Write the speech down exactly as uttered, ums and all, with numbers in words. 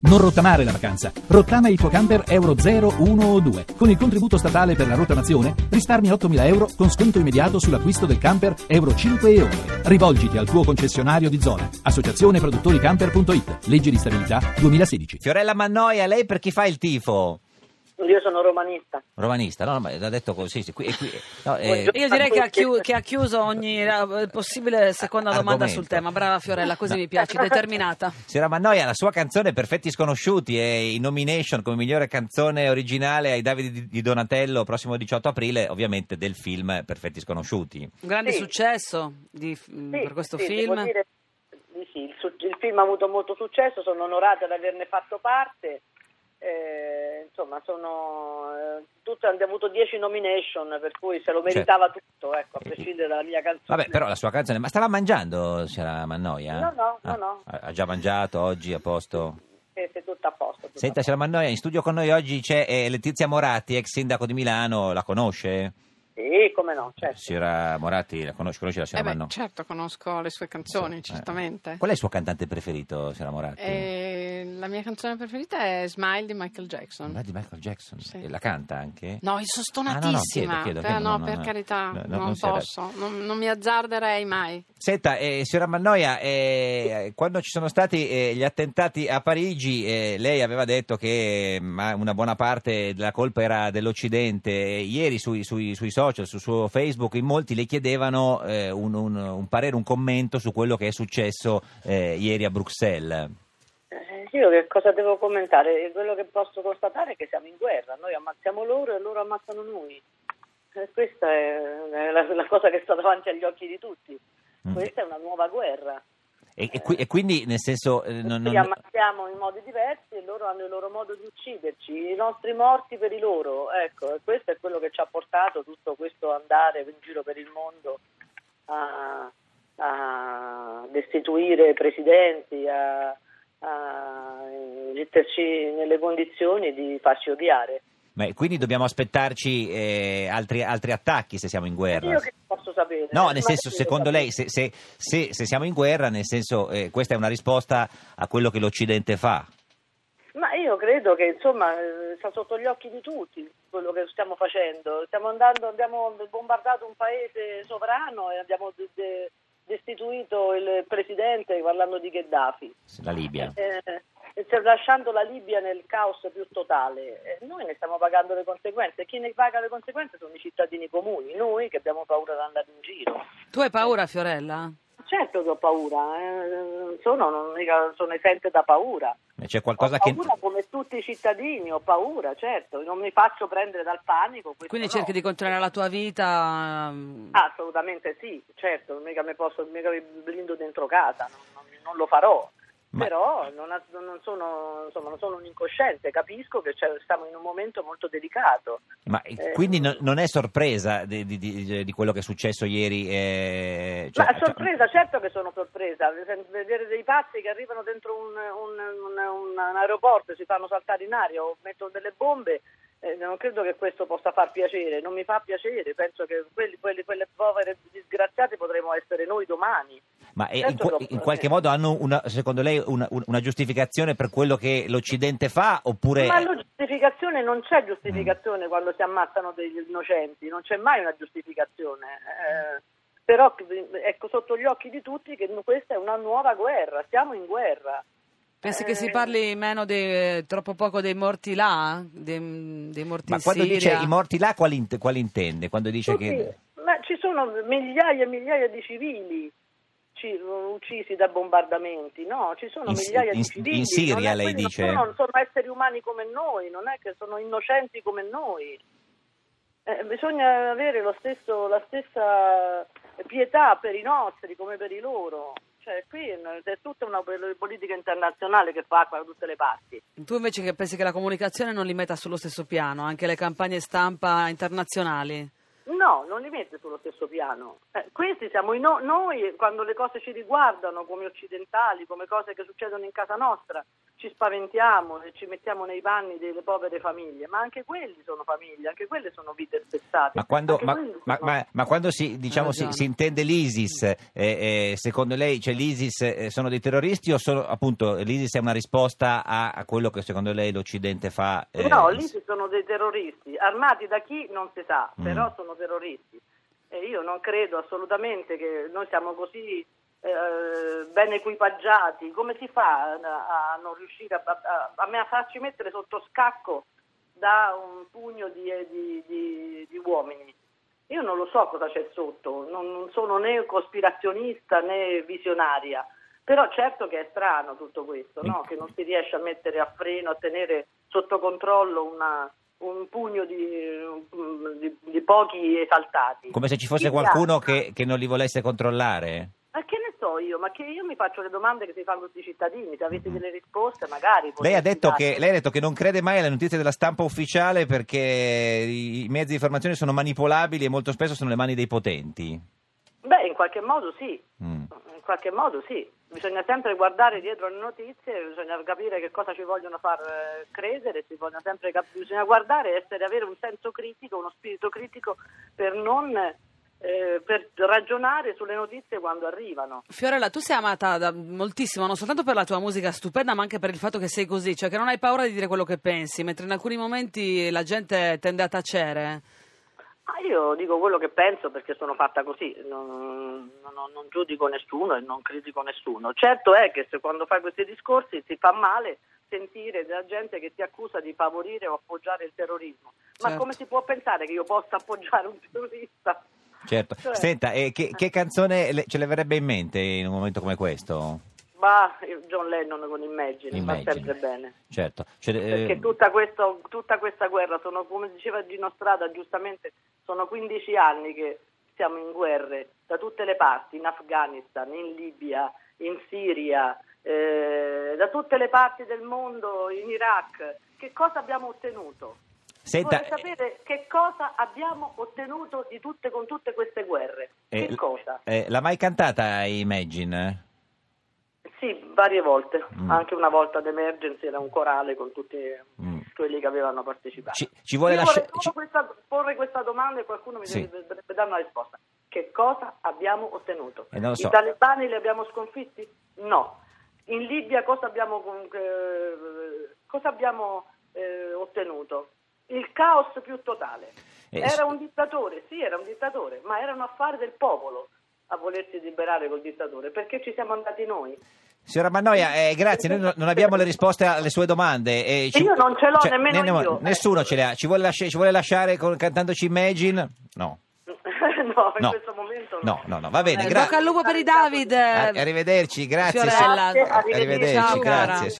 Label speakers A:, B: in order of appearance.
A: Non rottamare la vacanza. Rottama il tuo camper Euro zero, uno o due. Con il contributo statale per la rottamazione risparmi ottomila euro con sconto immediato sull'acquisto del camper Euro cinque e oltre. Rivolgiti al tuo concessionario di zona. Associazione Produttori Camper punto it. Legge di stabilità duemilasedici.
B: Fiorella Mannoia, lei per chi fa il tifo?
C: Io sono romanista.
B: Romanista, no, ma l'ha detto così. Sì, qui, qui, no, eh,
D: Io direi che ha, chiu- che ha chiuso ogni eh, possibile seconda domanda
B: argomento.
D: sul tema. Brava Fiorella, così mi piace, determinata.
B: Signora Mannoia, la sua canzone Perfetti Sconosciuti è in nomination come migliore canzone originale ai Davide di Donatello prossimo diciotto aprile, ovviamente del film Perfetti Sconosciuti.
D: Un grande
C: Sì.
D: successo di,
C: Sì,
D: per questo
C: sì,
D: film.
C: devo dire di sì. Il, su- il film ha avuto molto successo, sono onorata di averne fatto parte. Eh, insomma, sono eh, tutte, hanno avuto dieci nomination, per cui se lo meritava tutto, ecco, a prescindere dalla mia canzone.
B: Vabbè, però la sua canzone, ma stava mangiando, signora Mannoia?
C: No, no,
B: Ah,
C: no, no.
B: Ha già mangiato oggi, a posto?
C: Sì, sì, tutto a posto. tutto
B: Senta,
C: a
B: signora Mannoia, in studio con noi oggi c'è eh, Letizia Moratti, ex sindaco di Milano, la conosce?
C: posto. Sì, come no, certo.
B: Signora Moratti, la conosce, conosce la
E: Eh
B: signora
E: beh,
B: Mannoia?
E: certo, conosco le sue canzoni,
B: Sì, eh.
E: certamente.
B: Qual è il suo cantante preferito, signora Moratti?
E: E la mia canzone preferita è Smile di Michael Jackson.
B: Quella di Michael Jackson.
E: Sì.
B: E la canta anche?
E: No, io sono
B: Ah, no, no,
E: stonatissima.
B: chiedo, chiedo,
E: Però
B: chiedo,
E: no,
B: no,
E: per
B: no,
E: carità,
B: no, no,
E: non,
B: non si era-
E: posso, non, non mi azzarderei mai.
B: Senta, eh, signora Mannoia, eh, quando ci sono stati eh, gli attentati a Parigi, eh, lei aveva detto che ma una buona parte della colpa era dell'Occidente. Ieri sui, sui, sui social, sul suo Facebook, in molti le chiedevano eh, un, un, un parere, un commento su quello che è successo eh, ieri a Bruxelles.
C: Eh, io che cosa devo commentare? Quello che posso constatare è che siamo in guerra, noi ammazziamo loro e loro ammazzano noi. Eh, questa è, è la, la cosa che sta davanti agli occhi di tutti.
B: Mm.
C: Questa è una nuova guerra.
B: E, e, qui- e quindi, nel senso... eh, non,
C: Ci
B: non-
C: ammazziamo in modi diversi e loro hanno il loro modo di ucciderci, i nostri morti per i loro, ecco, e questo è quello che ci ha portato tutto questo andare in giro per il mondo a, a destituire presidenti, a, a metterci nelle condizioni di farci odiare.
B: ma quindi dobbiamo aspettarci eh, altri, altri attacchi se siamo in guerra?
C: Io che posso sapere?
B: No,
C: Ma
B: nel senso,
C: io
B: secondo
C: sapere.
B: lei, se, se- se- se siamo in guerra, nel senso, eh, questa è una risposta a quello che l'Occidente fa?
C: Ma io credo che insomma eh, sta sotto gli occhi di tutti quello che stiamo facendo. Stiamo andando, abbiamo bombardato un paese sovrano e abbiamo de- de- destituito il presidente, parlando di Gheddafi.
B: La Libia.
C: Eh, e stiamo lasciando la Libia nel caos più totale. Eh, noi ne stiamo pagando le conseguenze. Chi ne paga le conseguenze sono i cittadini comuni, noi che abbiamo paura di andare in giro.
D: Tu hai paura, Fiorella?
C: Certo che ho paura, eh, non sono, non mica sono esente da paura.
B: Eh, C'è qualcosa
C: Ho
B: che...
C: paura come tutti i cittadini, ho paura, certo, non mi faccio prendere dal panico. questo
D: Quindi
C: no.
D: cerchi di continuare la tua vita. mm,
C: Assolutamente sì, certo, mica mi posso, mica mi blindo dentro casa, non, non- non lo farò.
B: Ma-
C: Però non, ha- non sono, insomma, non sono un incosciente, capisco che c'è- stiamo in un momento molto delicato.
B: Ma eh,
C: Eh,
B: quindi no- non è sorpresa di, di- di- di quello che è successo ieri? eh, cioè-
C: Ma sorpresa, certo che sono sorpresa, vedere dei pazzi che arrivano dentro un, un- un- un aeroporto e si fanno saltare in aria o mettono delle bombe, eh, non credo che questo possa far piacere, non mi fa piacere, penso che quelli, quelli- quelle povere disgraziate potremo essere noi domani.
B: Ma eh, in,
C: Certo
B: qua-
C: che ho
B: in qualche
C: paura.
B: modo hanno, una, secondo lei, una, una giustificazione per quello che l'Occidente fa? Oppure...
C: Ma la giustificazione non c'è giustificazione quando si ammazzano degli innocenti, non c'è mai una giustificazione. Eh, però ecco sotto gli occhi di tutti che questa è una nuova guerra, siamo in guerra.
D: Pensi
C: Eh,
D: che si parli meno dei, troppo poco dei morti là? Dei, dei morti
B: Ma
D: in
B: quando
D: Siria?
B: dice i morti là, quali, int- quali intende? Quando dice
C: tutti-
B: che...
C: Ma ci sono migliaia e migliaia di civili ci- uccisi da bombardamenti, no? Ci sono
B: In-
C: migliaia
B: in-
C: di civili.
B: in Siria,
C: non è-
B: lei
C: quelli non
B: dice?
C: Sono, sono esseri umani come noi, non è che sono innocenti come noi. Eh, bisogna avere lo stesso, la stessa pietà per i nostri come per i loro. Cioè, qui è tutta una politica internazionale che fa da tutte le parti.
D: Tu invece che pensi che la comunicazione non li metta sullo stesso piano, anche le campagne stampa internazionali?
C: No, non li mette sullo stesso piano. Eh, questi siamo in no- noi, quando le cose ci riguardano come occidentali, come cose che succedono in casa nostra, ci spaventiamo e ci mettiamo nei panni delle povere famiglie, ma anche quelli sono famiglie, anche quelle sono vite spezzate.
B: Ma quando, ma,
C: sono...
B: ma, ma, ma quando si, diciamo, si, si intende l'ISIS, eh, eh, secondo lei, cioè l'ISIS eh, sono dei terroristi o sono, appunto, l'ISIS è una risposta a, a quello che secondo lei l'Occidente fa? Eh,
C: no, l'ISIS sono dei terroristi, armati da chi non si sa,
B: Mm.
C: però sono terroristi. E io non credo assolutamente che noi siamo così eh, ben equipaggiati. Come si fa a, a non riuscire a, a, a, a farci mettere sotto scacco da un pugno di, di, di, di uomini? Io non lo so cosa c'è sotto, non, non sono né cospirazionista né visionaria, però certo che è strano tutto questo, no? Che non si riesce a mettere a freno, a tenere sotto controllo una, un pugno di, di, di pochi esaltati.
B: Come se ci fosse
C: Chi
B: qualcuno
C: piace?
B: che, che non li volesse controllare?
C: Ma che ne so io, ma che io mi faccio le domande che si fanno tutti i cittadini, se avete delle risposte magari...
B: Lei ha, detto
C: darle.
B: che, lei ha detto che non crede mai alle notizie della stampa ufficiale perché i, i mezzi di informazione sono manipolabili e molto spesso sono le mani dei potenti.
C: Beh, in qualche modo sì,
B: Mm.
C: in qualche modo sì. Bisogna sempre guardare dietro le notizie, bisogna capire che cosa ci vogliono far eh, credere, si vogliono sempre cap- bisogna guardare e essere, avere un senso critico, uno spirito critico per non... Eh, per ragionare sulle notizie quando arrivano.
D: Fiorella, tu sei amata da moltissimo, non soltanto per la tua musica stupenda, ma anche per il fatto che sei così, cioè che non hai paura di dire quello che pensi, mentre in alcuni momenti la gente tende a tacere.
C: Ah, io dico quello che penso perché sono fatta così, non, non, non giudico nessuno e non critico nessuno. Certo è che se quando fai questi discorsi ti fa male sentire della gente che ti accusa di favorire o appoggiare il terrorismo. Ma
D: Certo.
C: come si può pensare che io possa appoggiare un terrorista?
B: Certo.
C: Cioè-
B: Senta, eh, che, che canzone le- ce le verrebbe in mente in un momento come questo?
C: Ma John Lennon con Imagine,
B: Imagine.
C: va sempre bene.
B: Certo. Cioè, eh,
C: Perché tutta, questo, tutta questa guerra, sono, come diceva Gino Strada giustamente, sono quindici anni che siamo in guerre da tutte le parti, in Afghanistan, in Libia, in Siria, eh, da tutte le parti del mondo, in Iraq. Che cosa abbiamo ottenuto?
B: Senta,
C: Vorrei sapere che cosa abbiamo ottenuto di tutte, con tutte queste guerre.
B: eh,
C: Che cosa?
B: eh, l'ha mai cantata Imagine?
C: Sì, varie volte,
B: Mm.
C: anche una volta ad Emergency era un corale con tutti
B: Mm.
C: quelli che avevano partecipato.
B: Ci, ci vuole
C: Io
B: lasciare...
C: vorrei solo questa- porre questa domanda e qualcuno mi
B: Sì.
C: deve- dovrebbe dare una risposta. Che cosa abbiamo ottenuto?
B: Eh, non lo so.
C: I talebani li abbiamo sconfitti? No. In Libia cosa abbiamo, con- eh, cosa abbiamo eh, ottenuto? Il caos più totale.
B: Eh,
C: Era
B: s-
C: un dittatore, sì, era un dittatore, ma era un affare del popolo a volersi liberare col dittatore, perché ci siamo andati noi.
B: Signora Mannoia, eh, grazie, noi no- non abbiamo le risposte alle sue domande. eh, ci-
C: Io non ce l'ho,
B: cioè,
C: nemmeno
B: ne- ne-
C: io.
B: Nessuno ce le ha. Ci vuole, lasci- ci vuole lasciare con- cantandoci Imagine? No.
C: No, in
B: No.
C: questo momento
B: No, no, no, va bene,
D: Eh,
B: gra-
D: bocca al lupo per i David.
B: Arri- arrivederci, grazie.
D: Fiorella.
C: Grazie, arrivederci.
B: Arrivederci,
D: Ciao, cara.
B: grazie.